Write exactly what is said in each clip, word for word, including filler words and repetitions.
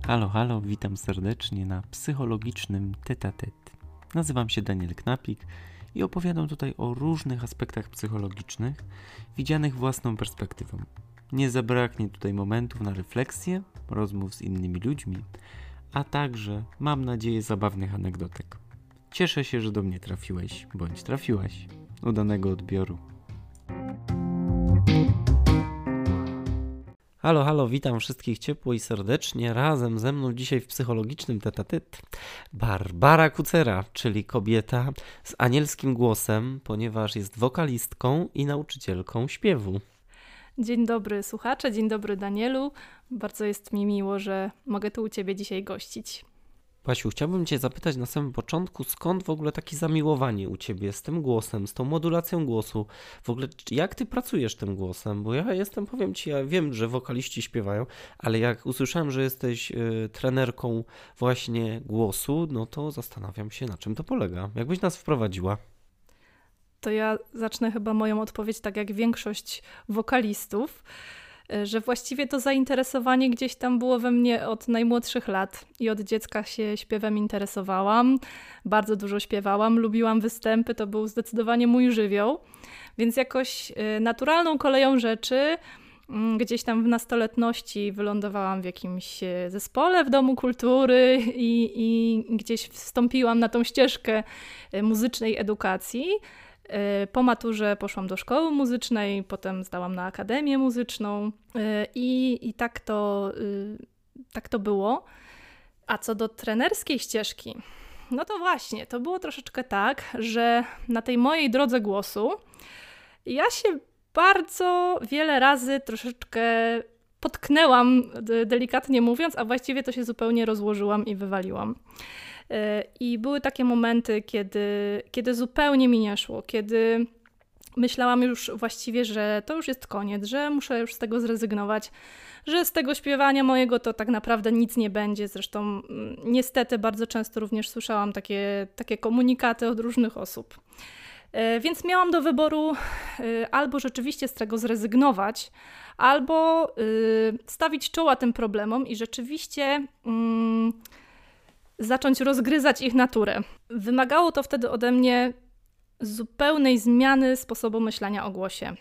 Halo, halo, witam serdecznie na psychologicznym tete-a-tete. Nazywam się Daniel Knapik i opowiadam tutaj o różnych aspektach psychologicznych, widzianych własną perspektywą. Nie zabraknie tutaj momentów na refleksję, rozmów z innymi ludźmi, a także, mam nadzieję, zabawnych anegdotek. Cieszę się, że do mnie trafiłeś, bądź trafiłaś. Udanego odbioru. Halo, halo, witam wszystkich ciepło i serdecznie. Razem ze mną dzisiaj w psychologicznym tete-a-tete Barbara Kucera, czyli kobieta z anielskim głosem, ponieważ jest wokalistką i nauczycielką śpiewu. Dzień dobry słuchacze, dzień dobry Danielu. Bardzo jest mi miło, że mogę tu u Ciebie dzisiaj gościć. Basiu, chciałbym Cię zapytać na samym początku, skąd w ogóle takie zamiłowanie u Ciebie z tym głosem, z tą modulacją głosu? W ogóle jak Ty pracujesz tym głosem? Bo ja jestem, powiem Ci, ja wiem, że wokaliści śpiewają, ale jak usłyszałem, że jesteś y, trenerką właśnie głosu, no to zastanawiam się, na czym to polega. Jakbyś nas wprowadziła? To ja zacznę chyba moją odpowiedź tak jak większość wokalistów, że właściwie to zainteresowanie gdzieś tam było we mnie od najmłodszych lat i od dziecka się śpiewem interesowałam, bardzo dużo śpiewałam, lubiłam występy, to był zdecydowanie mój żywioł, więc jakoś naturalną koleją rzeczy gdzieś tam w nastoletności wylądowałam w jakimś zespole w Domu Kultury i, i gdzieś wstąpiłam na tą ścieżkę muzycznej edukacji. Po maturze poszłam do szkoły muzycznej, potem zdałam na akademię muzyczną i, i tak, to, tak to było. A co do trenerskiej ścieżki, no to właśnie, to było troszeczkę tak, że na tej mojej drodze głosu ja się bardzo wiele razy troszeczkę potknęłam, delikatnie mówiąc, a właściwie to się zupełnie rozłożyłam i wywaliłam. I były takie momenty, kiedy, kiedy zupełnie mi nie szło, kiedy myślałam już właściwie, że to już jest koniec, że muszę już z tego zrezygnować, że z tego śpiewania mojego to tak naprawdę nic nie będzie. Zresztą niestety bardzo często również słyszałam takie, takie komunikaty od różnych osób. Więc miałam do wyboru albo rzeczywiście z tego zrezygnować, albo stawić czoła tym problemom i rzeczywiście mm, zacząć rozgryzać ich naturę. Wymagało to wtedy ode mnie zupełnej zmiany sposobu myślenia o głosie.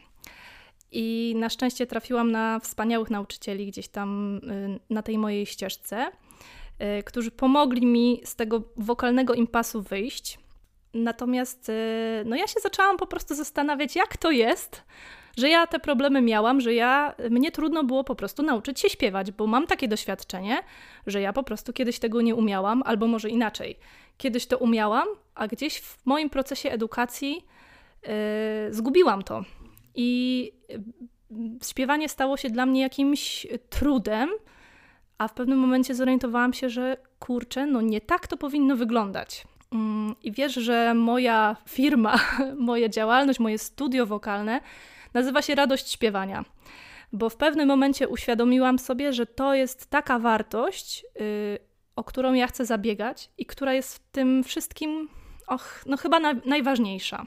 I na szczęście trafiłam na wspaniałych nauczycieli gdzieś tam na tej mojej ścieżce, którzy pomogli mi z tego wokalnego impasu wyjść. Natomiast no ja się zaczęłam po prostu zastanawiać, jak to jest, że ja te problemy miałam, że ja, mnie trudno było po prostu nauczyć się śpiewać, bo mam takie doświadczenie, że ja po prostu kiedyś tego nie umiałam, albo może inaczej. Kiedyś to umiałam, a gdzieś w moim procesie edukacji yy, zgubiłam to. I śpiewanie stało się dla mnie jakimś trudem, a w pewnym momencie zorientowałam się, że kurczę, no nie tak to powinno wyglądać. I wiesz, że moja firma, moja działalność, moje studio wokalne nazywa się Radość Śpiewania, bo w pewnym momencie uświadomiłam sobie, że to jest taka wartość, yy, o którą ja chcę zabiegać i która jest w tym wszystkim och, no chyba na, najważniejsza.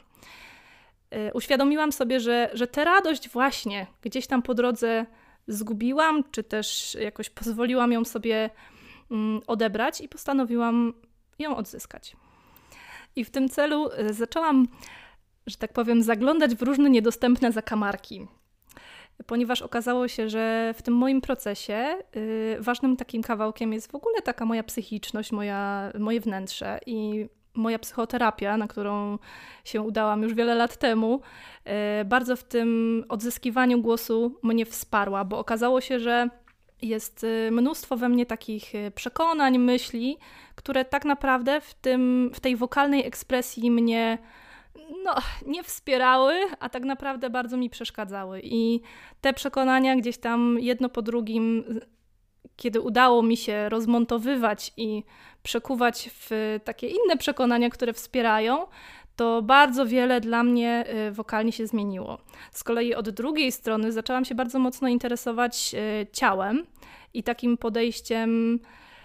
Yy, uświadomiłam sobie, że, że tę radość właśnie gdzieś tam po drodze zgubiłam, czy też jakoś pozwoliłam ją sobie yy, odebrać i postanowiłam ją odzyskać. I w tym celu zaczęłam, że tak powiem, zaglądać w różne niedostępne zakamarki, ponieważ okazało się, że w tym moim procesie yy, ważnym takim kawałkiem jest w ogóle taka moja psychiczność, moja, moje wnętrze i moja psychoterapia, na którą się udałam już wiele lat temu, yy, bardzo w tym odzyskiwaniu głosu mnie wsparła, bo okazało się, że jest mnóstwo we mnie takich przekonań, myśli, które tak naprawdę w, tym, w tej wokalnej ekspresji mnie no, nie wspierały, a tak naprawdę bardzo mi przeszkadzały. I te przekonania gdzieś tam jedno po drugim, kiedy udało mi się rozmontowywać i przekuwać w takie inne przekonania, które wspierają, to bardzo wiele dla mnie wokalnie się zmieniło. Z kolei od drugiej strony zaczęłam się bardzo mocno interesować ciałem i takim podejściem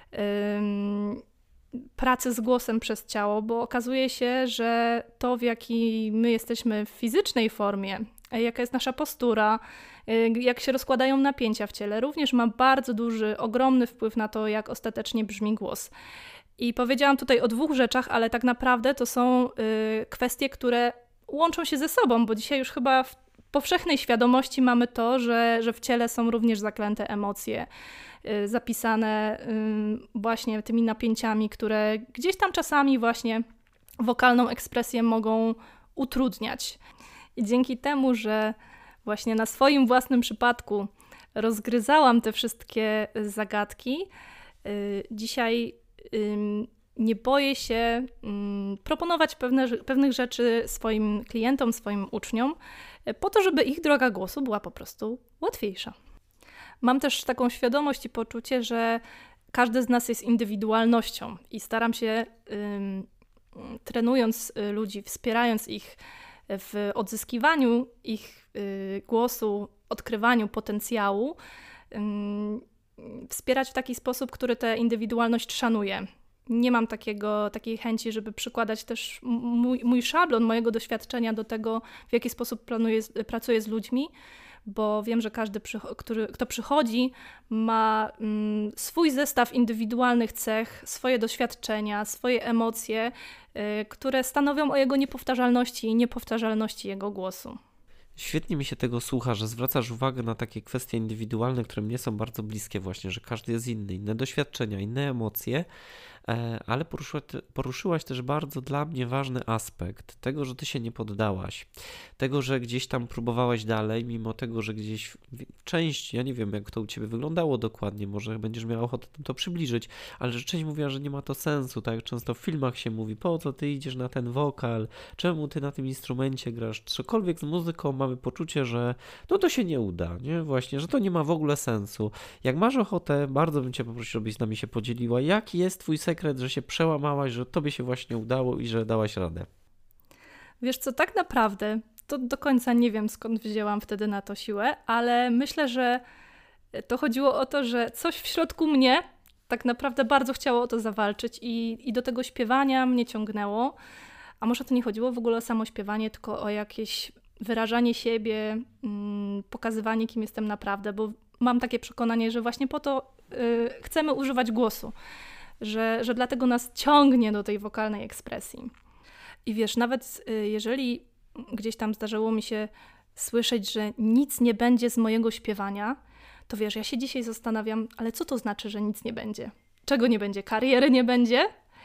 ym, pracy z głosem przez ciało, bo okazuje się, że to, w jakiej my jesteśmy w fizycznej formie, jaka jest nasza postura, jak się rozkładają napięcia w ciele, również ma bardzo duży, ogromny wpływ na to, jak ostatecznie brzmi głos. I powiedziałam tutaj o dwóch rzeczach, ale tak naprawdę to są kwestie, które łączą się ze sobą, bo dzisiaj już chyba w powszechnej świadomości mamy to, że, że w ciele są również zaklęte emocje, zapisane właśnie tymi napięciami, które gdzieś tam czasami właśnie wokalną ekspresję mogą utrudniać. I dzięki temu, że właśnie na swoim własnym przypadku rozgryzałam te wszystkie zagadki, dzisiaj nie boję się proponować pewne, pewnych rzeczy swoim klientom, swoim uczniom, po to, żeby ich droga głosu była po prostu łatwiejsza. Mam też taką świadomość i poczucie, że każdy z nas jest indywidualnością i staram się ym, trenując ludzi, wspierając ich w odzyskiwaniu ich y, głosu, odkrywaniu potencjału, ym, wspierać w taki sposób, który tę indywidualność szanuje. Nie mam takiego, takiej chęci, żeby przykładać też mój, mój szablon mojego doświadczenia do tego, w jaki sposób planuję, pracuję z ludźmi, bo wiem, że każdy, który, kto przychodzi, ma mm, swój zestaw indywidualnych cech, swoje doświadczenia, swoje emocje, y, które stanowią o jego niepowtarzalności i niepowtarzalności jego głosu. Świetnie mi się tego słucha, że zwracasz uwagę na takie kwestie indywidualne, które mnie są bardzo bliskie właśnie, że każdy jest inny, inne doświadczenia, inne emocje, ale poruszyłaś, poruszyłaś też bardzo dla mnie ważny aspekt tego, że ty się nie poddałaś, tego, że gdzieś tam próbowałaś dalej, mimo tego, że gdzieś część, ja nie wiem jak to u ciebie wyglądało dokładnie, może będziesz miała ochotę to przybliżyć, ale że część mówiła, że nie ma to sensu, tak jak często w filmach się mówi, po co ty idziesz na ten wokal, czemu ty na tym instrumencie grasz, cokolwiek z muzyką mamy poczucie, że no to się nie uda, nie? Właśnie, że to nie ma w ogóle sensu. Jak masz ochotę, bardzo bym cię poprosił, żebyś z nami się podzieliła, jaki jest twój sekret, że się przełamałaś, że tobie się właśnie udało i że dałaś radę? Wiesz co, tak naprawdę to do końca nie wiem, skąd wzięłam wtedy na to siłę, ale myślę, że to chodziło o to, że coś w środku mnie tak naprawdę bardzo chciało o to zawalczyć i, i do tego śpiewania mnie ciągnęło. A może to nie chodziło w ogóle o samo śpiewanie, tylko o jakieś wyrażanie siebie, mm, pokazywanie, kim jestem naprawdę, bo mam takie przekonanie, że właśnie po to y, chcemy używać głosu, że, że dlatego nas ciągnie do tej wokalnej ekspresji. I wiesz, nawet y, jeżeli gdzieś tam zdarzyło mi się słyszeć, że nic nie będzie z mojego śpiewania, to wiesz, ja się dzisiaj zastanawiam, ale co to znaczy, że nic nie będzie? Czego nie będzie? Kariery nie będzie?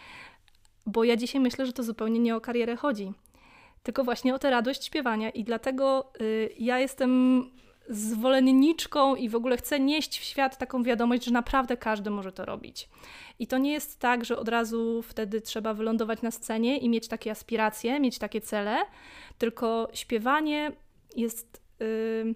Bo ja dzisiaj myślę, że to zupełnie nie o karierę chodzi, tylko właśnie o tę radość śpiewania i dlatego y, ja jestem zwolenniczką i w ogóle chcę nieść w świat taką wiadomość, że naprawdę każdy może to robić. I to nie jest tak, że od razu wtedy trzeba wylądować na scenie i mieć takie aspiracje, mieć takie cele, tylko śpiewanie jest y,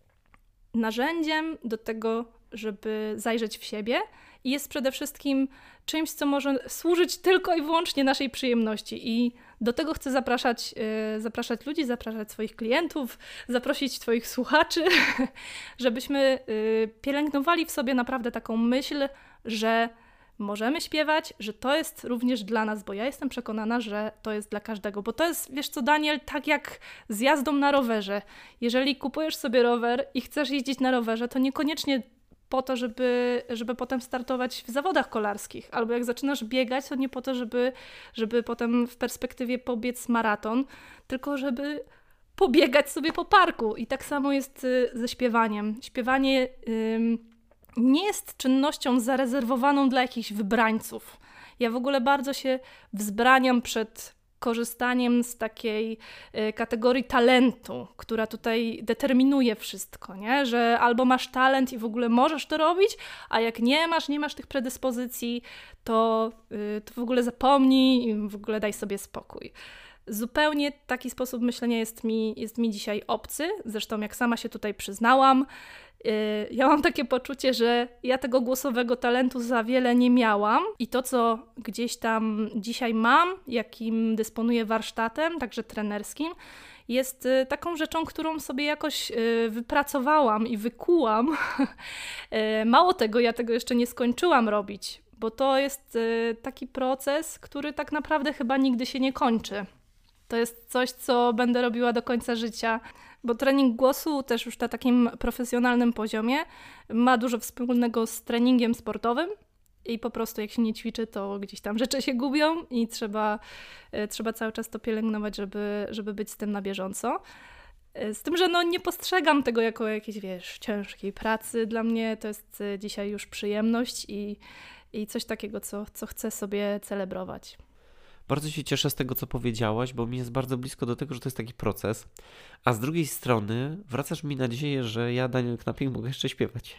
narzędziem do tego, żeby zajrzeć w siebie i jest przede wszystkim czymś, co może służyć tylko i wyłącznie naszej przyjemności. I do tego chcę zapraszać, yy, zapraszać ludzi, zapraszać swoich klientów, zaprosić twoich słuchaczy, żebyśmy yy, pielęgnowali w sobie naprawdę taką myśl, że możemy śpiewać, że to jest również dla nas, bo ja jestem przekonana, że to jest dla każdego. Bo to jest, wiesz co, Daniel, tak jak z jazdą na rowerze. Jeżeli kupujesz sobie rower i chcesz jeździć na rowerze, to niekoniecznie po to, żeby, żeby potem startować w zawodach kolarskich. Albo jak zaczynasz biegać, to nie po to, żeby, żeby potem w perspektywie pobiec maraton, tylko żeby pobiegać sobie po parku. I tak samo jest ze śpiewaniem. Śpiewanie ym, nie jest czynnością zarezerwowaną dla jakichś wybrańców. Ja w ogóle bardzo się wzbraniam przed korzystaniem z takiej y, kategorii talentu, która tutaj determinuje wszystko, nie? Że albo masz talent i w ogóle możesz to robić, a jak nie masz, nie masz tych predyspozycji, to, y, to w ogóle zapomnij i w ogóle daj sobie spokój. Zupełnie taki sposób myślenia jest mi, jest mi dzisiaj obcy, zresztą jak sama się tutaj przyznałam, ja mam takie poczucie, że ja tego głosowego talentu za wiele nie miałam i to, co gdzieś tam dzisiaj mam, jakim dysponuję warsztatem, także trenerskim, jest taką rzeczą, którą sobie jakoś wypracowałam i wykułam. Mało tego, ja tego jeszcze nie skończyłam robić, bo to jest taki proces, który tak naprawdę chyba nigdy się nie kończy. To jest coś, co będę robiła do końca życia, bo trening głosu też już na takim profesjonalnym poziomie ma dużo wspólnego z treningiem sportowym i po prostu jak się nie ćwiczy, to gdzieś tam rzeczy się gubią i trzeba, trzeba cały czas to pielęgnować, żeby, żeby być z tym na bieżąco. Z tym, że no nie postrzegam tego jako jakiejś, wiesz, ciężkiej pracy. Dla mnie to jest dzisiaj już przyjemność i, i coś takiego, co, co chcę sobie celebrować. Bardzo się cieszę z tego, co powiedziałaś, bo mi jest bardzo blisko do tego, że to jest taki proces. A z drugiej strony wracasz mi nadzieję, że ja, Daniel Knapik, mogę jeszcze śpiewać.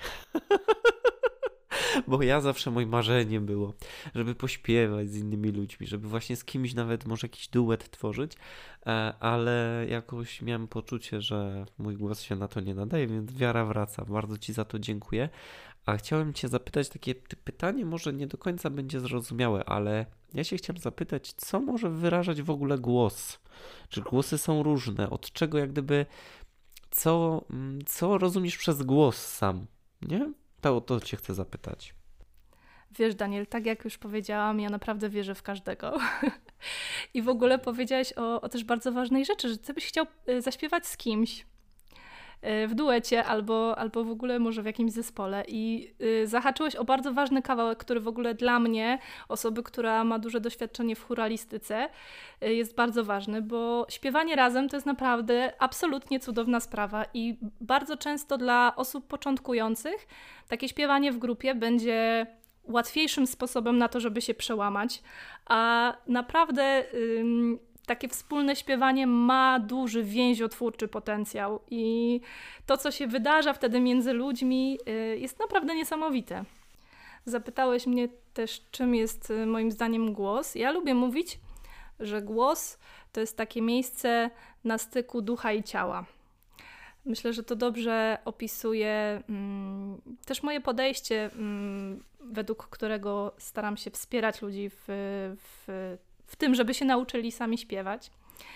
Bo ja zawsze moim marzeniem było, żeby pośpiewać z innymi ludźmi, żeby właśnie z kimś nawet może jakiś duet tworzyć, ale jakoś miałem poczucie, że mój głos się na to nie nadaje, więc wiara wraca. Bardzo Ci za to dziękuję. A chciałem Cię zapytać takie pytanie, może nie do końca będzie zrozumiałe, ale ja się chciałem zapytać, co może wyrażać w ogóle głos? Czy głosy są różne? Od czego jak gdyby, co, co rozumiesz przez głos sam, nie? To o to Cię chcę zapytać. Wiesz, Daniel, tak jak już powiedziałam, ja naprawdę wierzę w każdego. I w ogóle powiedziałeś o, o też bardzo ważnej rzeczy, że ty byś chciał zaśpiewać z kimś w duecie albo, albo w ogóle może w jakimś zespole. I zahaczyłeś o bardzo ważny kawałek, który w ogóle dla mnie, osoby, która ma duże doświadczenie w chóralistyce, jest bardzo ważny, bo śpiewanie razem to jest naprawdę absolutnie cudowna sprawa i bardzo często dla osób początkujących takie śpiewanie w grupie będzie łatwiejszym sposobem na to, żeby się przełamać, a naprawdę ym, takie wspólne śpiewanie ma duży więziotwórczy potencjał i to, co się wydarza wtedy między ludźmi, y, jest naprawdę niesamowite. Zapytałeś mnie też, czym jest y, moim zdaniem głos. Ja lubię mówić, że głos to jest takie miejsce na styku ducha i ciała. Myślę, że to dobrze opisuje mm, też moje podejście, mm, według którego staram się wspierać ludzi w, w, w tym, żeby się nauczyli sami śpiewać.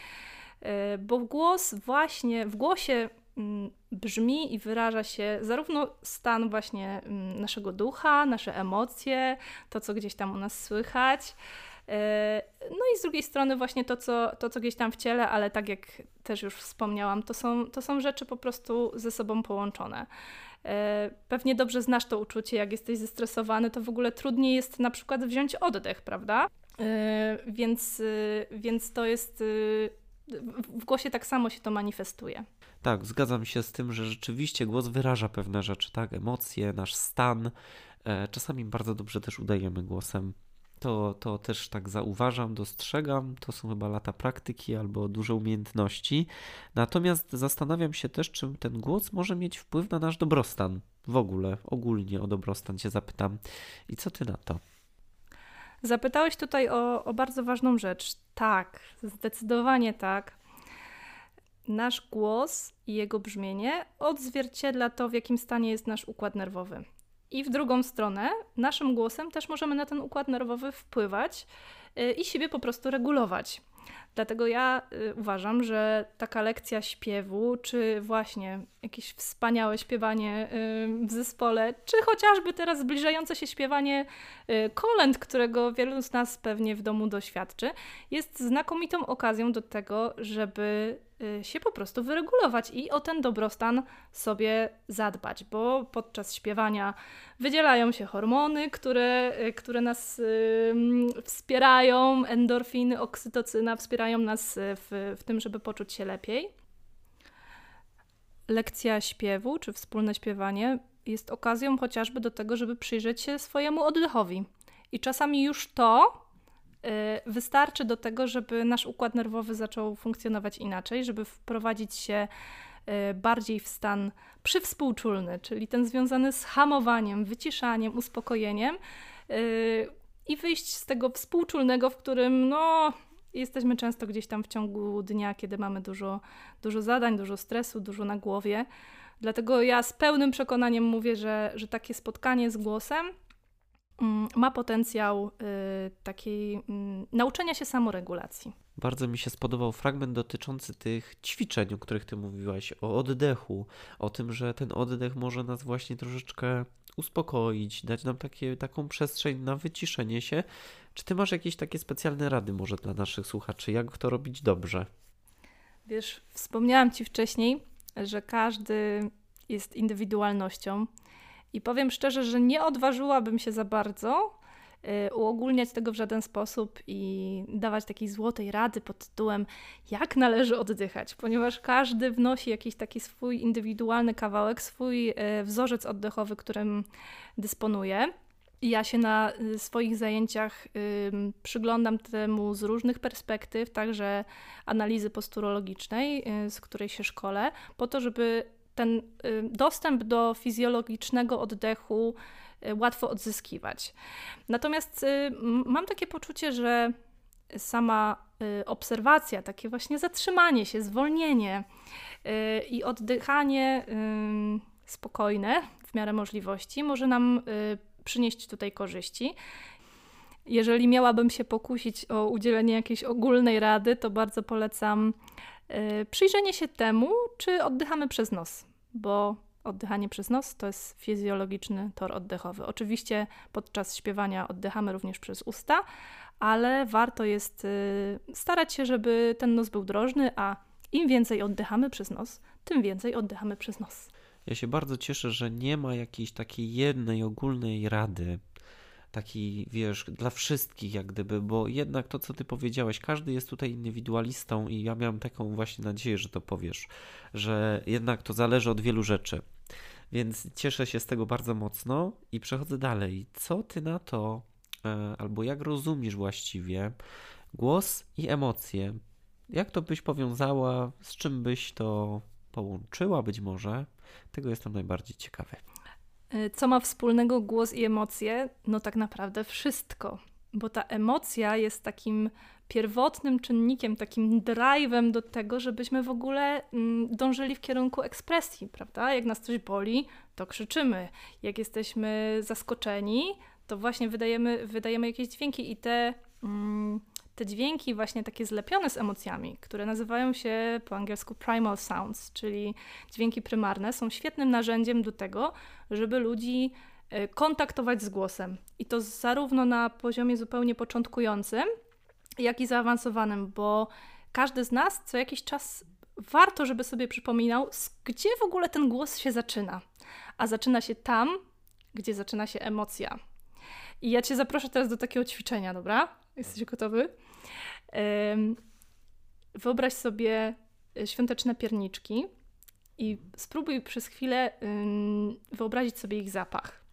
Bo głos właśnie, w głosie mm, brzmi i wyraża się zarówno stan właśnie mm, naszego ducha, nasze emocje, to, co gdzieś tam u nas słychać. No i z drugiej strony właśnie to co, to, co gdzieś tam w ciele, ale tak jak też już wspomniałam, to są, to są rzeczy po prostu ze sobą połączone. Pewnie dobrze znasz to uczucie, jak jesteś zestresowany, to w ogóle trudniej jest na przykład wziąć oddech, prawda? Więc, więc to jest... W głosie tak samo się to manifestuje. Tak, zgadzam się z tym, że rzeczywiście głos wyraża pewne rzeczy, tak? Emocje, nasz stan. Czasami bardzo dobrze też udajemy głosem. To, to też tak zauważam, dostrzegam, to są chyba lata praktyki albo duże umiejętności. Natomiast zastanawiam się też, czy ten głos może mieć wpływ na nasz dobrostan. W ogóle, ogólnie o dobrostan Cię zapytam. I co Ty na to? Zapytałeś tutaj o, o bardzo ważną rzecz. Tak, zdecydowanie tak. Nasz głos i jego brzmienie odzwierciedla to, w jakim stanie jest nasz układ nerwowy. I w drugą stronę, naszym głosem też możemy na ten układ nerwowy wpływać yy, i siebie po prostu regulować. Dlatego ja y, uważam, że taka lekcja śpiewu, czy właśnie jakieś wspaniałe śpiewanie y, w zespole, czy chociażby teraz zbliżające się śpiewanie y, kolęd, którego wielu z nas pewnie w domu doświadczy, jest znakomitą okazją do tego, żeby y, się po prostu wyregulować i o ten dobrostan sobie zadbać, bo podczas śpiewania wydzielają się hormony, które, y, które nas y, wspierają, endorfiny, oksytocyna, wspierają nas w, w tym, żeby poczuć się lepiej. Lekcja śpiewu, czy wspólne śpiewanie jest okazją chociażby do tego, żeby przyjrzeć się swojemu oddechowi. I czasami już to y, wystarczy do tego, żeby nasz układ nerwowy zaczął funkcjonować inaczej, żeby wprowadzić się y, bardziej w stan przywspółczulny, czyli ten związany z hamowaniem, wyciszaniem, uspokojeniem y, i wyjść z tego współczulnego, w którym no... Jesteśmy często gdzieś tam w ciągu dnia, kiedy mamy dużo, dużo zadań, dużo stresu, dużo na głowie. Dlatego ja z pełnym przekonaniem mówię, że, że takie spotkanie z głosem mm, ma potencjał y, takiej y, nauczenia się samoregulacji. Bardzo mi się spodobał fragment dotyczący tych ćwiczeń, o których Ty mówiłaś, o oddechu, o tym, że ten oddech może nas właśnie troszeczkę uspokoić, dać nam takie, taką przestrzeń na wyciszenie się. Czy ty masz jakieś takie specjalne rady może dla naszych słuchaczy, jak to robić dobrze? Wiesz, wspomniałam Ci wcześniej, że każdy jest indywidualnością i powiem szczerze, że nie odważyłabym się za bardzo y, uogólniać tego w żaden sposób i dawać takiej złotej rady pod tytułem jak należy oddychać, ponieważ każdy wnosi jakiś taki swój indywidualny kawałek, swój y, wzorzec oddechowy, którym dysponuje. I ja się na y, swoich zajęciach y, przyglądam temu z różnych perspektyw, także analizy posturologicznej, y, z której się szkolę, po to, żeby ten y, dostęp do fizjologicznego oddechu y, łatwo odzyskiwać. Natomiast y, m- mam takie poczucie, że sama y, obserwacja, takie właśnie zatrzymanie się, zwolnienie y, i oddychanie y, spokojne w miarę możliwości może nam y, przynieść tutaj korzyści. Jeżeli miałabym się pokusić o udzielenie jakiejś ogólnej rady, to bardzo polecam y, przyjrzenie się temu, czy oddychamy przez nos, bo oddychanie przez nos to jest fizjologiczny tor oddechowy. Oczywiście podczas śpiewania oddychamy również przez usta, ale warto jest y, starać się, żeby ten nos był drożny, a im więcej oddychamy przez nos, tym więcej oddychamy przez nos. Ja się bardzo cieszę, że nie ma jakiejś takiej jednej ogólnej rady, takiej, wiesz, dla wszystkich jak gdyby, bo jednak to, co ty powiedziałeś, każdy jest tutaj indywidualistą i ja miałem taką właśnie nadzieję, że to powiesz, że jednak to zależy od wielu rzeczy. Więc cieszę się z tego bardzo mocno i przechodzę dalej. Co ty na to, e, albo jak rozumiesz właściwie głos i emocje? Jak to byś powiązała, z czym byś to połączyła być może? Tego jestem najbardziej ciekawy. Co ma wspólnego głos i emocje? No tak naprawdę wszystko, bo ta emocja jest takim pierwotnym czynnikiem, takim drive'em do tego, żebyśmy w ogóle dążyli w kierunku ekspresji, prawda? Jak nas coś boli, to krzyczymy. Jak jesteśmy zaskoczeni, to właśnie wydajemy, wydajemy jakieś dźwięki i te, te dźwięki właśnie takie zlepione z emocjami, które nazywają się po angielsku primal sounds, czyli dźwięki prymarne, są świetnym narzędziem do tego, żeby ludzi kontaktować z głosem. I to zarówno na poziomie zupełnie początkującym, jak i zaawansowanym, bo każdy z nas co jakiś czas warto, żeby sobie przypominał, gdzie w ogóle ten głos się zaczyna. A zaczyna się tam, gdzie zaczyna się emocja. I ja Cię zaproszę teraz do takiego ćwiczenia, dobra? Jesteś gotowy? Wyobraź sobie świąteczne pierniczki i spróbuj przez chwilę wyobrazić sobie ich zapach.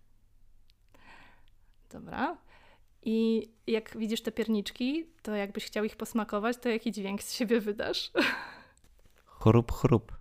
Dobra. I jak widzisz te pierniczki, to jakbyś chciał ich posmakować, to jaki dźwięk z siebie wydasz? Chrup, chrup.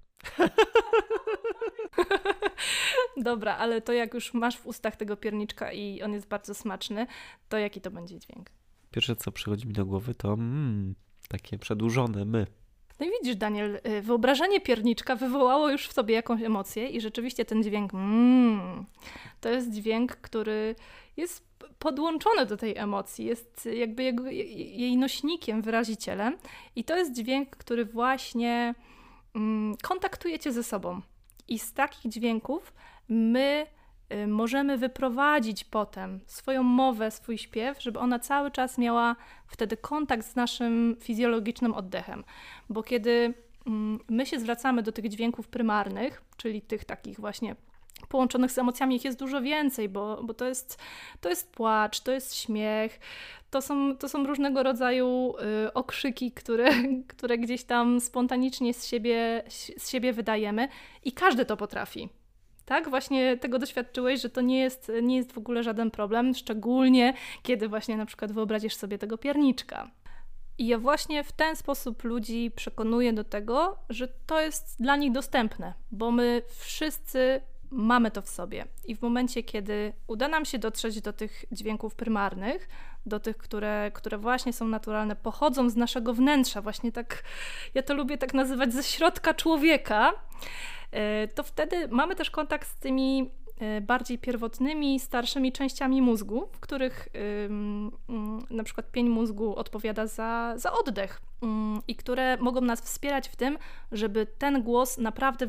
Dobra, ale to jak już masz w ustach tego pierniczka i on jest bardzo smaczny, to jaki to będzie dźwięk? Pierwsze, co przychodzi mi do głowy, to mm, takie przedłużone my. No i widzisz, Daniel, wyobrażenie pierniczka wywołało już w tobie jakąś emocję i rzeczywiście ten dźwięk mm, to jest dźwięk, który jest podłączony do tej emocji, jest jakby jego, jej nośnikiem, wyrazicielem i to jest dźwięk, który właśnie mm, kontaktuje cię ze sobą. I z takich dźwięków my y, możemy wyprowadzić potem swoją mowę, swój śpiew, żeby ona cały czas miała wtedy kontakt z naszym fizjologicznym oddechem. Bo kiedy y, my się zwracamy do tych dźwięków prymarnych, czyli tych takich właśnie połączonych z emocjami, ich jest dużo więcej, bo, bo to jest, to jest płacz, to jest śmiech, to są, to są różnego rodzaju y, okrzyki, które, które gdzieś tam spontanicznie z siebie, z siebie wydajemy i każdy to potrafi. Tak? Właśnie tego doświadczyłeś, że to nie jest, nie jest w ogóle żaden problem, szczególnie kiedy właśnie na przykład wyobrazisz sobie tego pierniczka. I ja właśnie w ten sposób ludzi przekonuję do tego, że to jest dla nich dostępne, bo my wszyscy mamy to w sobie. I w momencie, kiedy uda nam się dotrzeć do tych dźwięków prymarnych, do tych, które, które właśnie są naturalne, pochodzą z naszego wnętrza, właśnie tak, ja to lubię tak nazywać, ze środka człowieka, to wtedy mamy też kontakt z tymi bardziej pierwotnymi, starszymi częściami mózgu, w których na przykład pień mózgu odpowiada za, za oddech i które mogą nas wspierać w tym, żeby ten głos naprawdę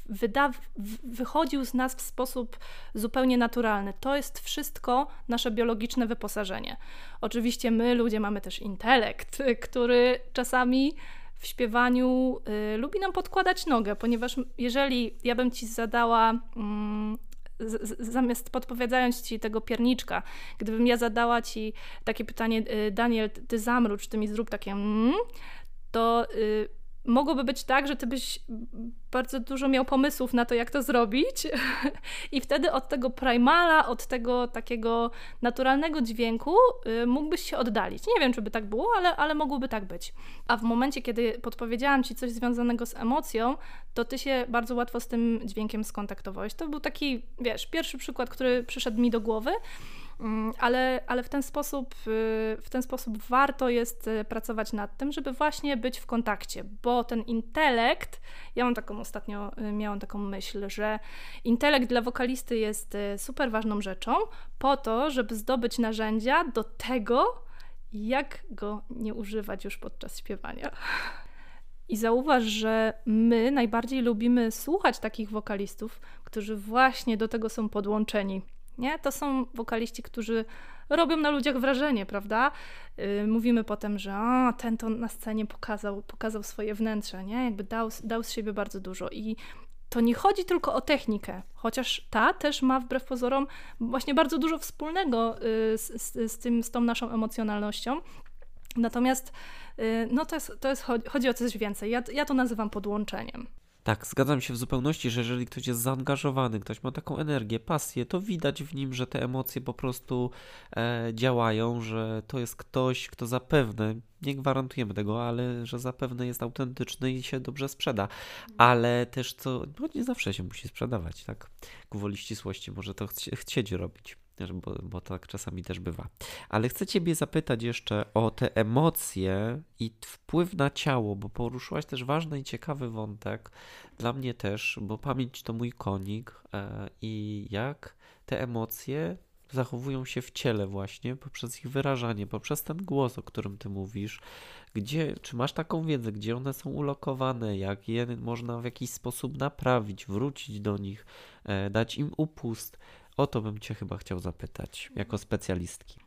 wyda- wychodził z nas w sposób zupełnie naturalny. To jest wszystko nasze biologiczne wyposażenie. Oczywiście my, ludzie, mamy też intelekt, który czasami w śpiewaniu y, lubi nam podkładać nogę, ponieważ jeżeli ja bym ci zadała... Mm, Z, zamiast podpowiadając ci tego pierniczka, gdybym ja zadała ci takie pytanie, Daniel, ty zamrucz, ty mi zrób takie mm, to y, mogłoby być tak, że ty byś bardzo dużo miał pomysłów na to, jak to zrobić i wtedy od tego primala, od tego takiego naturalnego dźwięku y, mógłbyś się oddalić. Nie wiem, czy by tak było, ale, ale mogłoby tak być. A w momencie, kiedy podpowiedziałam ci coś związanego z emocją, to ty się bardzo łatwo z tym dźwiękiem skontaktowałeś. To był taki, wiesz, pierwszy przykład, który przyszedł mi do głowy. Ale, ale w ten sposób, w ten sposób warto jest pracować nad tym, żeby właśnie być w kontakcie, bo ten intelekt, ja mam taką ostatnio, miałam taką myśl, że intelekt dla wokalisty jest super ważną rzeczą po to, żeby zdobyć narzędzia do tego, jak go nie używać już podczas śpiewania. I zauważ, że my najbardziej lubimy słuchać takich wokalistów, którzy właśnie do tego są podłączeni. Nie? To są wokaliści, którzy robią na ludziach wrażenie, prawda? Yy, mówimy potem, że a, ten to na scenie pokazał, pokazał swoje wnętrze, nie? Jakby dał, dał z siebie bardzo dużo. I to nie chodzi tylko o technikę, chociaż ta też ma wbrew pozorom właśnie bardzo dużo wspólnego yy, z, z, z, tym, z tą naszą emocjonalnością. Natomiast yy, no to, jest, to jest, chodzi o coś więcej. Ja, ja to nazywam podłączeniem. Tak, zgadzam się w zupełności, że jeżeli ktoś jest zaangażowany, ktoś ma taką energię, pasję, to widać w nim, że te emocje po prostu e, działają, że to jest ktoś, kto zapewne, nie gwarantujemy tego, ale że zapewne jest autentyczny i się dobrze sprzeda. Ale też co, no nie zawsze się musi sprzedawać, tak? Gwoli ścisłości może to chci- chcieć robić. Bo, bo tak czasami też bywa. Ale chcę Ciebie zapytać jeszcze o te emocje i wpływ na ciało, bo poruszyłaś też ważny i ciekawy wątek, dla mnie też, bo pamięć to mój konik e, i jak te emocje zachowują się w ciele właśnie, poprzez ich wyrażanie, poprzez ten głos, o którym Ty mówisz. Gdzie, czy masz taką wiedzę, gdzie one są ulokowane, jak je można w jakiś sposób naprawić, wrócić do nich, e, dać im upust? O to bym Cię chyba chciał zapytać, jako specjalistki.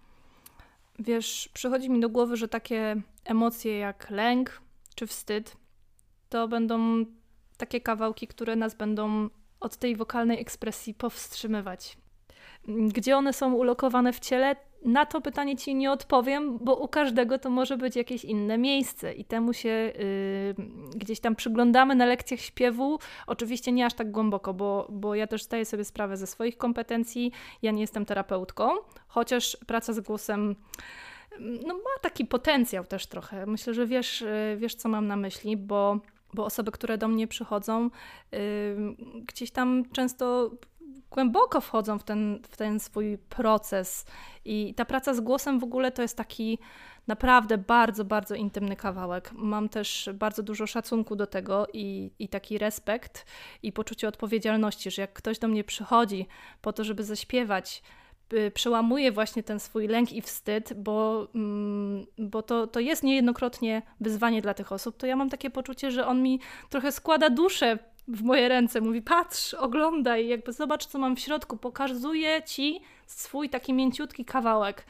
Wiesz, przychodzi mi do głowy, że takie emocje jak lęk czy wstyd, to będą takie kawałki, które nas będą od tej wokalnej ekspresji powstrzymywać. Gdzie one są ulokowane w ciele? Na to pytanie Ci nie odpowiem, bo u każdego to może być jakieś inne miejsce i temu się yy, gdzieś tam przyglądamy na lekcjach śpiewu. Oczywiście nie aż tak głęboko, bo, bo ja też zdaję sobie sprawę ze swoich kompetencji. Ja nie jestem terapeutką, chociaż praca z głosem no, ma taki potencjał też trochę. Myślę, że wiesz, wiesz co mam na myśli, bo, bo osoby, które do mnie przychodzą, yy, gdzieś tam często głęboko wchodzą w ten, w ten swój proces i ta praca z głosem w ogóle to jest taki naprawdę bardzo, bardzo intymny kawałek. Mam też bardzo dużo szacunku do tego i, i taki respekt i poczucie odpowiedzialności, że jak ktoś do mnie przychodzi po to, żeby zaśpiewać, przełamuje właśnie ten swój lęk i wstyd, bo, mm, bo to, to jest niejednokrotnie wyzwanie dla tych osób, to ja mam takie poczucie, że on mi trochę składa duszę w moje ręce, mówi patrz, oglądaj, jakby zobacz co mam w środku, pokazuję Ci swój taki mięciutki kawałek.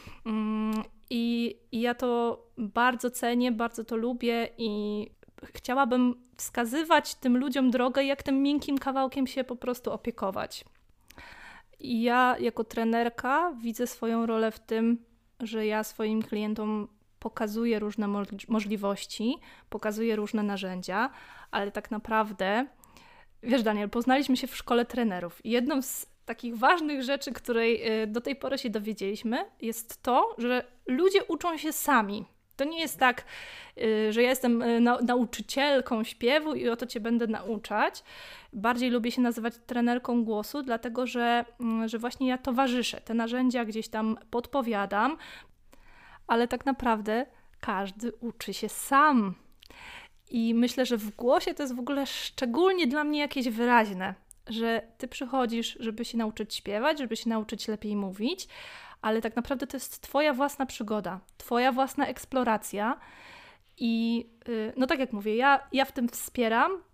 Mm, i, I ja to bardzo cenię, bardzo to lubię i chciałabym wskazywać tym ludziom drogę, jak tym miękkim kawałkiem się po prostu opiekować. I ja jako trenerka widzę swoją rolę w tym, że ja swoim klientom pokazuję różne mo- możliwości, pokazuję różne narzędzia, ale tak naprawdę, wiesz Daniel, poznaliśmy się w szkole trenerów i jedną z takich ważnych rzeczy, której do tej pory się dowiedzieliśmy, jest to, że ludzie uczą się sami. To nie jest tak, że ja jestem na- nauczycielką śpiewu i oto Cię będę nauczać. Bardziej lubię się nazywać trenerką głosu, dlatego że, że właśnie ja towarzyszę. Te narzędzia gdzieś tam podpowiadam, ale tak naprawdę każdy uczy się sam. I myślę, że w głosie to jest w ogóle szczególnie dla mnie jakieś wyraźne, że Ty przychodzisz, żeby się nauczyć śpiewać, żeby się nauczyć lepiej mówić, ale tak naprawdę to jest Twoja własna przygoda, Twoja własna eksploracja i no tak jak mówię, ja, ja w tym wspieram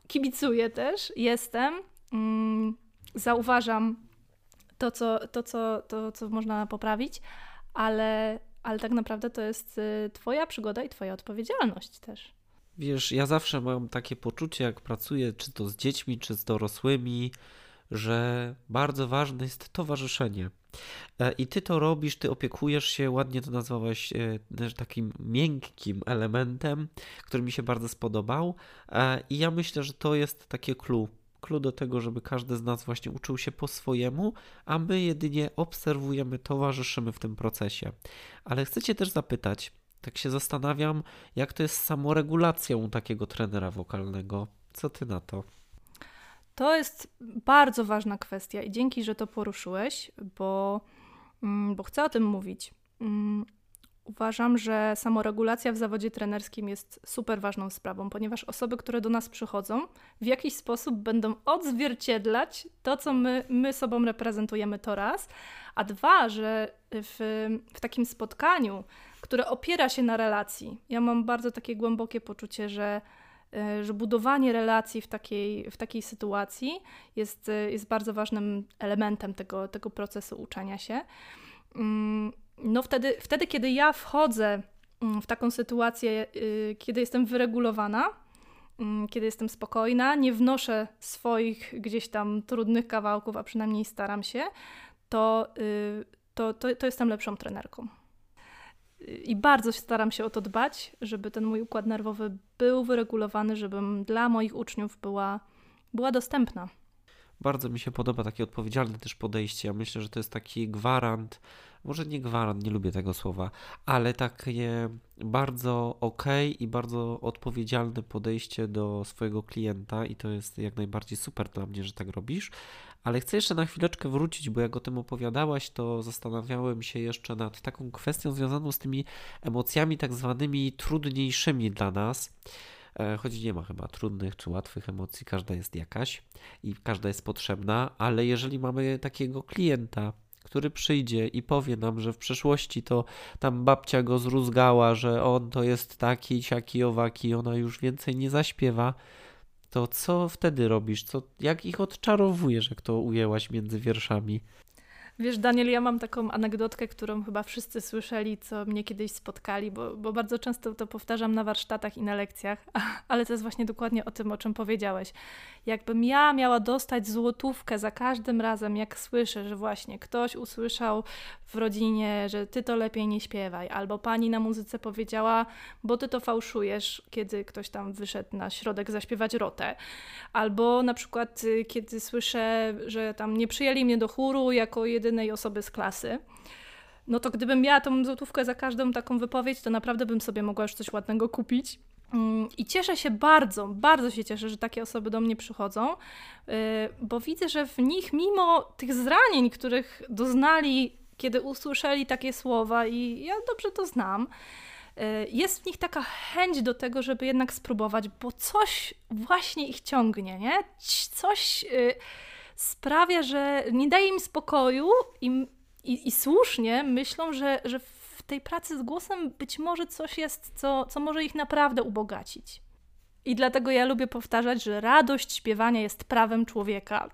kibicuję też, jestem, mm, zauważam to co, to, co, to, co można poprawić, ale, ale tak naprawdę to jest y, twoja przygoda i twoja odpowiedzialność też. Wiesz, ja zawsze mam takie poczucie, jak pracuję, czy to z dziećmi, czy z dorosłymi, że bardzo ważne jest towarzyszenie. E, I ty to robisz, ty opiekujesz się, ładnie to nazwałeś e, też takim miękkim elementem, który mi się bardzo spodobał. E, I ja myślę, że to jest takie clue. Clue do tego, żeby każdy z nas właśnie uczył się po swojemu, a my jedynie obserwujemy, towarzyszymy w tym procesie. Ale chcę cię też zapytać, tak się zastanawiam, jak to jest z samoregulacją takiego trenera wokalnego. Co ty na to? To jest bardzo ważna kwestia i dzięki, że to poruszyłeś, bo, mm, bo chcę o tym mówić. Mm, Uważam, że samoregulacja w zawodzie trenerskim jest super ważną sprawą, ponieważ osoby, które do nas przychodzą, w jakiś sposób będą odzwierciedlać to, co my, my sobą reprezentujemy, to raz, a dwa, że w, w takim spotkaniu, które opiera się na relacji, ja mam bardzo takie głębokie poczucie, że że budowanie relacji w takiej, w takiej sytuacji jest, jest bardzo ważnym elementem tego, tego procesu uczenia się. No wtedy, wtedy, kiedy ja wchodzę w taką sytuację, kiedy jestem wyregulowana, kiedy jestem spokojna, nie wnoszę swoich gdzieś tam trudnych kawałków, a przynajmniej staram się, to, to, to, to jestem lepszą trenerką. I bardzo staram się o to dbać, żeby ten mój układ nerwowy był wyregulowany, żebym dla moich uczniów była, była dostępna. Bardzo mi się podoba takie odpowiedzialne też podejście. Ja myślę, że to jest taki gwarant, może nie gwarant, nie lubię tego słowa, ale takie bardzo okej i bardzo odpowiedzialne podejście do swojego klienta i to jest jak najbardziej super dla mnie, że tak robisz. Ale chcę jeszcze na chwileczkę wrócić, bo jak o tym opowiadałaś, to zastanawiałem się jeszcze nad taką kwestią związaną z tymi emocjami tak zwanymi trudniejszymi dla nas. Choć nie ma chyba trudnych czy łatwych emocji, każda jest jakaś i każda jest potrzebna, ale jeżeli mamy takiego klienta, który przyjdzie i powie nam, że w przeszłości to tam babcia go zruzgała, że on to jest taki, siaki, owaki, ona już więcej nie zaśpiewa, to co wtedy robisz? Co, jak ich odczarowujesz, jak to ujęłaś między wierszami? Wiesz, Daniel, ja mam taką anegdotkę, którą chyba wszyscy słyszeli, co mnie kiedyś spotkali, bo, bo bardzo często to powtarzam na warsztatach i na lekcjach, ale to jest właśnie dokładnie o tym, o czym powiedziałeś. Jakbym ja miała dostać złotówkę za każdym razem, jak słyszę, że właśnie ktoś usłyszał w rodzinie, że ty to lepiej nie śpiewaj, albo pani na muzyce powiedziała, bo ty to fałszujesz, kiedy ktoś tam wyszedł na środek zaśpiewać rotę, albo na przykład kiedy słyszę, że tam nie przyjęli mnie do chóru jako jedynej osoby z klasy, no to gdybym miała tą złotówkę za każdą taką wypowiedź, to naprawdę bym sobie mogła już coś ładnego kupić. I cieszę się bardzo, bardzo się cieszę, że takie osoby do mnie przychodzą, bo widzę, że w nich mimo tych zranień, których doznali, kiedy usłyszeli takie słowa i ja dobrze to znam, jest w nich taka chęć do tego, żeby jednak spróbować, bo coś właśnie ich ciągnie, nie? Coś sprawia, że nie daje im spokoju i, i, i słusznie myślą, że, że w tej pracy z głosem być może coś jest, co, co może ich naprawdę ubogacić. I dlatego ja lubię powtarzać, że radość śpiewania jest prawem człowieka.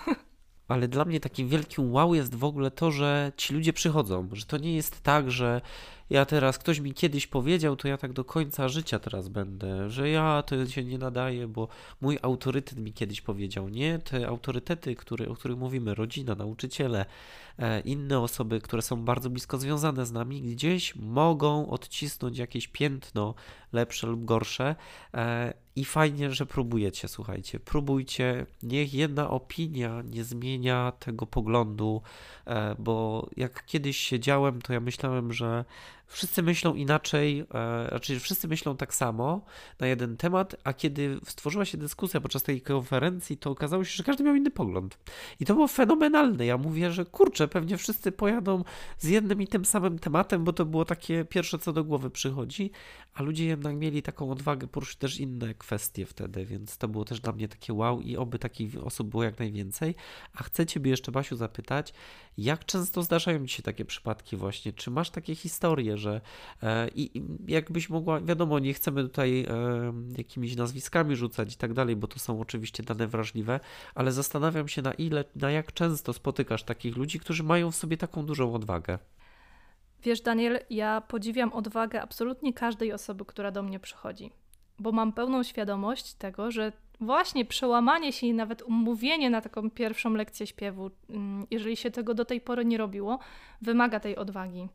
Ale dla mnie takim wielkim wow jest w ogóle to, że ci ludzie przychodzą, że to nie jest tak, że ja teraz, ktoś mi kiedyś powiedział, to ja tak do końca życia teraz będę, że ja to się nie nadaję, bo mój autorytet mi kiedyś powiedział. Nie, te autorytety, które, o których mówimy, rodzina, nauczyciele, e, inne osoby, które są bardzo blisko związane z nami, gdzieś mogą odcisnąć jakieś piętno lepsze lub gorsze e, i fajnie, że próbujecie, słuchajcie, próbujcie, niech jedna opinia nie zmienia tego poglądu, e, bo jak kiedyś siedziałem, to ja myślałem, że wszyscy myślą inaczej, e, znaczy wszyscy myślą tak samo na jeden temat, a kiedy stworzyła się dyskusja podczas tej konferencji, to okazało się, że każdy miał inny pogląd. I to było fenomenalne. Ja mówię, że kurczę, pewnie wszyscy pojadą z jednym i tym samym tematem, bo to było takie pierwsze, co do głowy przychodzi, a ludzie jednak mieli taką odwagę poruszyć też inne kwestie wtedy, więc to było też dla mnie takie wow i oby takich osób było jak najwięcej. A chcę Ciebie jeszcze, Basiu, zapytać, jak często zdarzają Ci się takie przypadki właśnie? Czy masz takie historie, czuję, że e, i, i jakbyś mogła, wiadomo, nie chcemy tutaj e, jakimiś nazwiskami rzucać i tak dalej, bo to są oczywiście dane wrażliwe, ale zastanawiam się na ile, na jak często spotykasz takich ludzi, którzy mają w sobie taką dużą odwagę. Wiesz, Daniel, ja podziwiam odwagę absolutnie każdej osoby, która do mnie przychodzi, bo mam pełną świadomość tego, że właśnie przełamanie się i nawet umówienie na taką pierwszą lekcję śpiewu, jeżeli się tego do tej pory nie robiło, wymaga tej odwagi.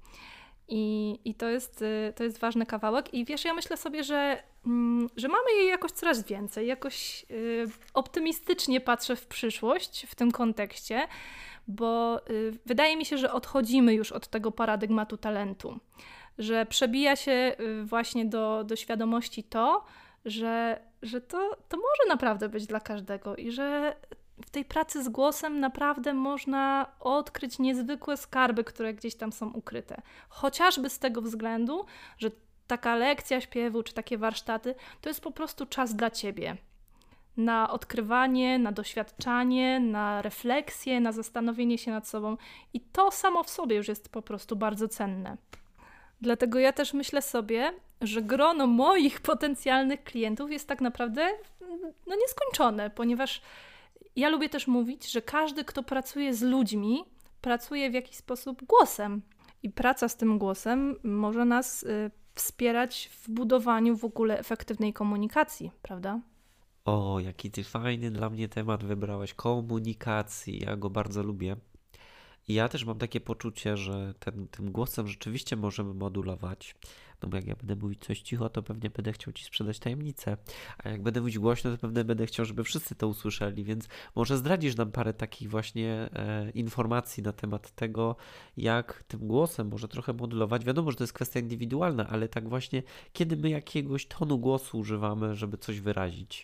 I, i to, jest, to jest ważny kawałek. I wiesz, ja myślę sobie, że, że mamy jej jakoś coraz więcej. Jakoś optymistycznie patrzę w przyszłość w tym kontekście, bo wydaje mi się, że odchodzimy już od tego paradygmatu talentu. Że przebija się właśnie do, do świadomości to, że, że to, to może naprawdę być dla każdego i że w tej pracy z głosem naprawdę można odkryć niezwykłe skarby, które gdzieś tam są ukryte. Chociażby z tego względu, że taka lekcja śpiewu czy takie warsztaty to jest po prostu czas dla ciebie. Na odkrywanie, na doświadczanie, na refleksję, na zastanowienie się nad sobą. I to samo w sobie już jest po prostu bardzo cenne. Dlatego ja też myślę sobie, że grono moich potencjalnych klientów jest tak naprawdę no, nieskończone, ponieważ ja lubię też mówić, że każdy, kto pracuje z ludźmi, pracuje w jakiś sposób głosem. I praca z tym głosem może nas y, wspierać w budowaniu w ogóle efektywnej komunikacji, prawda? O, jaki ty fajny dla mnie temat wybrałeś, komunikacji. Ja go bardzo lubię. I ja też mam takie poczucie, że ten, tym głosem rzeczywiście możemy modulować. No bo jak ja będę mówić coś cicho, to pewnie będę chciał ci sprzedać tajemnicę. A jak będę mówić głośno, to pewnie będę chciał, żeby wszyscy to usłyszeli. Więc może zdradzisz nam parę takich właśnie e, informacji na temat tego, jak tym głosem może trochę modulować. Wiadomo, że to jest kwestia indywidualna, ale tak właśnie, kiedy my jakiegoś tonu głosu używamy, żeby coś wyrazić.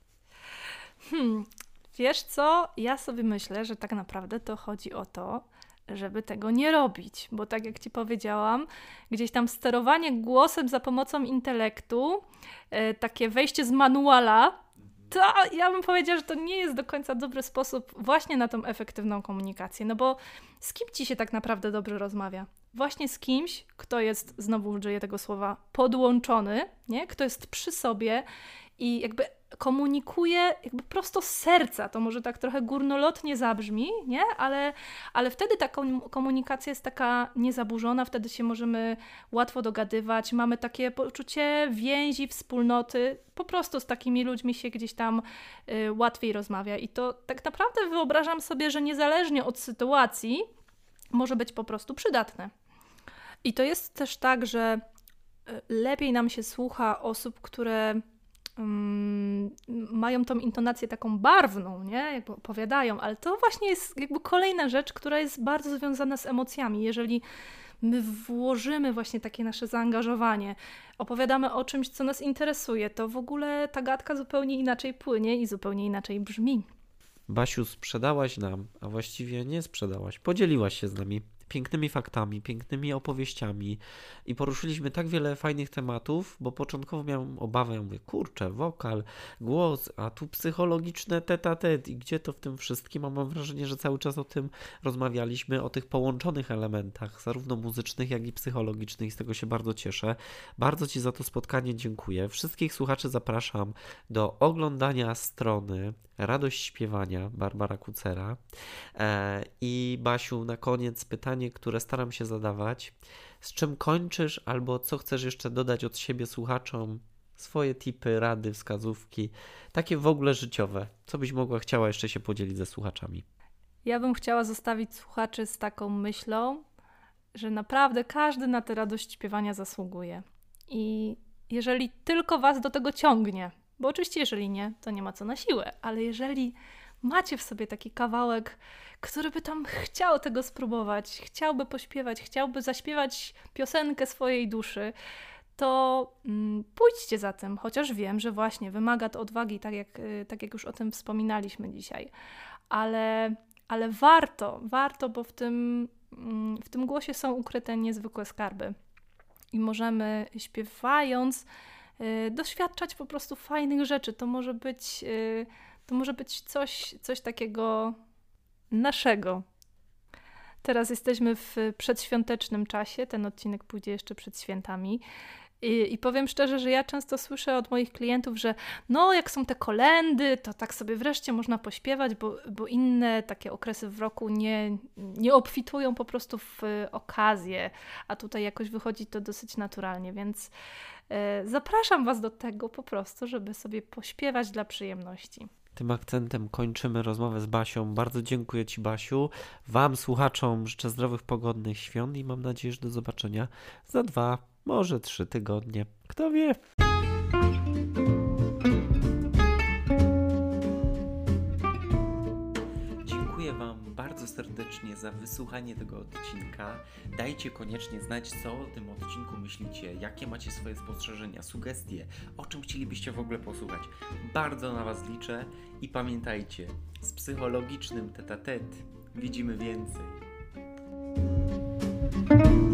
Hmm, wiesz co? Ja sobie myślę, że tak naprawdę to chodzi o to, żeby tego nie robić, bo tak jak ci powiedziałam, gdzieś tam sterowanie głosem za pomocą intelektu, e, takie wejście z manuala, to ja bym powiedziała, że to nie jest do końca dobry sposób właśnie na tą efektywną komunikację, no bo z kim ci się tak naprawdę dobrze rozmawia? Właśnie z kimś, kto jest, znowu użyję tego słowa, podłączony, nie? Kto jest przy sobie i jakby komunikuje jakby prosto z serca. To może tak trochę górnolotnie zabrzmi, nie? Ale, ale wtedy ta komunikacja jest taka niezaburzona, wtedy się możemy łatwo dogadywać, mamy takie poczucie więzi, wspólnoty, po prostu z takimi ludźmi się gdzieś tam y, łatwiej rozmawia i to tak naprawdę wyobrażam sobie, że niezależnie od sytuacji może być po prostu przydatne. I to jest też tak, że lepiej nam się słucha osób, które um, mają tą intonację taką barwną, nie? Jakby opowiadają, ale to właśnie jest jakby kolejna rzecz, która jest bardzo związana z emocjami. Jeżeli my włożymy właśnie takie nasze zaangażowanie, opowiadamy o czymś, co nas interesuje, to w ogóle ta gadka zupełnie inaczej płynie i zupełnie inaczej brzmi. Basiu, sprzedałaś nam, a właściwie nie sprzedałaś, podzieliłaś się z nami pięknymi faktami, pięknymi opowieściami i poruszyliśmy tak wiele fajnych tematów, bo początkowo miałem obawę, ja mówię, kurczę, wokal, głos, a tu psychologiczne tet-a-tet i gdzie to w tym wszystkim, a mam wrażenie, że cały czas o tym rozmawialiśmy, o tych połączonych elementach, zarówno muzycznych, jak i psychologicznych i z tego się bardzo cieszę. Bardzo Ci za to spotkanie dziękuję. Wszystkich słuchaczy zapraszam do oglądania strony Radość Śpiewania Barbara Kucera. E, I Basiu, na koniec pytanie, które staram się zadawać. Z czym kończysz albo co chcesz jeszcze dodać od siebie słuchaczom? Swoje tipy, rady, wskazówki, takie w ogóle życiowe. Co byś mogła, chciała jeszcze się podzielić ze słuchaczami? Ja bym chciała zostawić słuchaczy z taką myślą, że naprawdę każdy na tę radość śpiewania zasługuje. I jeżeli tylko was do tego ciągnie, bo oczywiście jeżeli nie, to nie ma co na siłę, ale jeżeli macie w sobie taki kawałek, który by tam chciał tego spróbować, chciałby pośpiewać, chciałby zaśpiewać piosenkę swojej duszy, to mm, pójdźcie za tym, chociaż wiem, że właśnie wymaga to odwagi, tak jak, tak jak już o tym wspominaliśmy dzisiaj, ale, ale warto, warto, bo w tym, w tym głosie są ukryte niezwykłe skarby i możemy śpiewając y, doświadczać po prostu fajnych rzeczy. To może być, y, to może być coś, coś takiego naszego. Teraz jesteśmy w przedświątecznym czasie, ten odcinek pójdzie jeszcze przed świętami. I, I powiem szczerze, że ja często słyszę od moich klientów, że no jak są te kolędy, to tak sobie wreszcie można pośpiewać, bo, bo inne takie okresy w roku nie, nie obfitują po prostu w okazję, a tutaj jakoś wychodzi to dosyć naturalnie, więc e, zapraszam Was do tego po prostu, żeby sobie pośpiewać dla przyjemności. Tym akcentem kończymy rozmowę z Basią. Bardzo dziękuję Ci, Basiu. Wam, słuchaczom, życzę zdrowych, pogodnych świąt i mam nadzieję, że do zobaczenia za dwa, może trzy tygodnie. Kto wie? Dziękuję Wam bardzo serdecznie za wysłuchanie tego odcinka. Dajcie koniecznie znać, co o tym odcinku myślicie, jakie macie swoje spostrzeżenia, sugestie, o czym chcielibyście w ogóle posłuchać. Bardzo na Was liczę i pamiętajcie, z psychologicznym tete-a-tete widzimy więcej.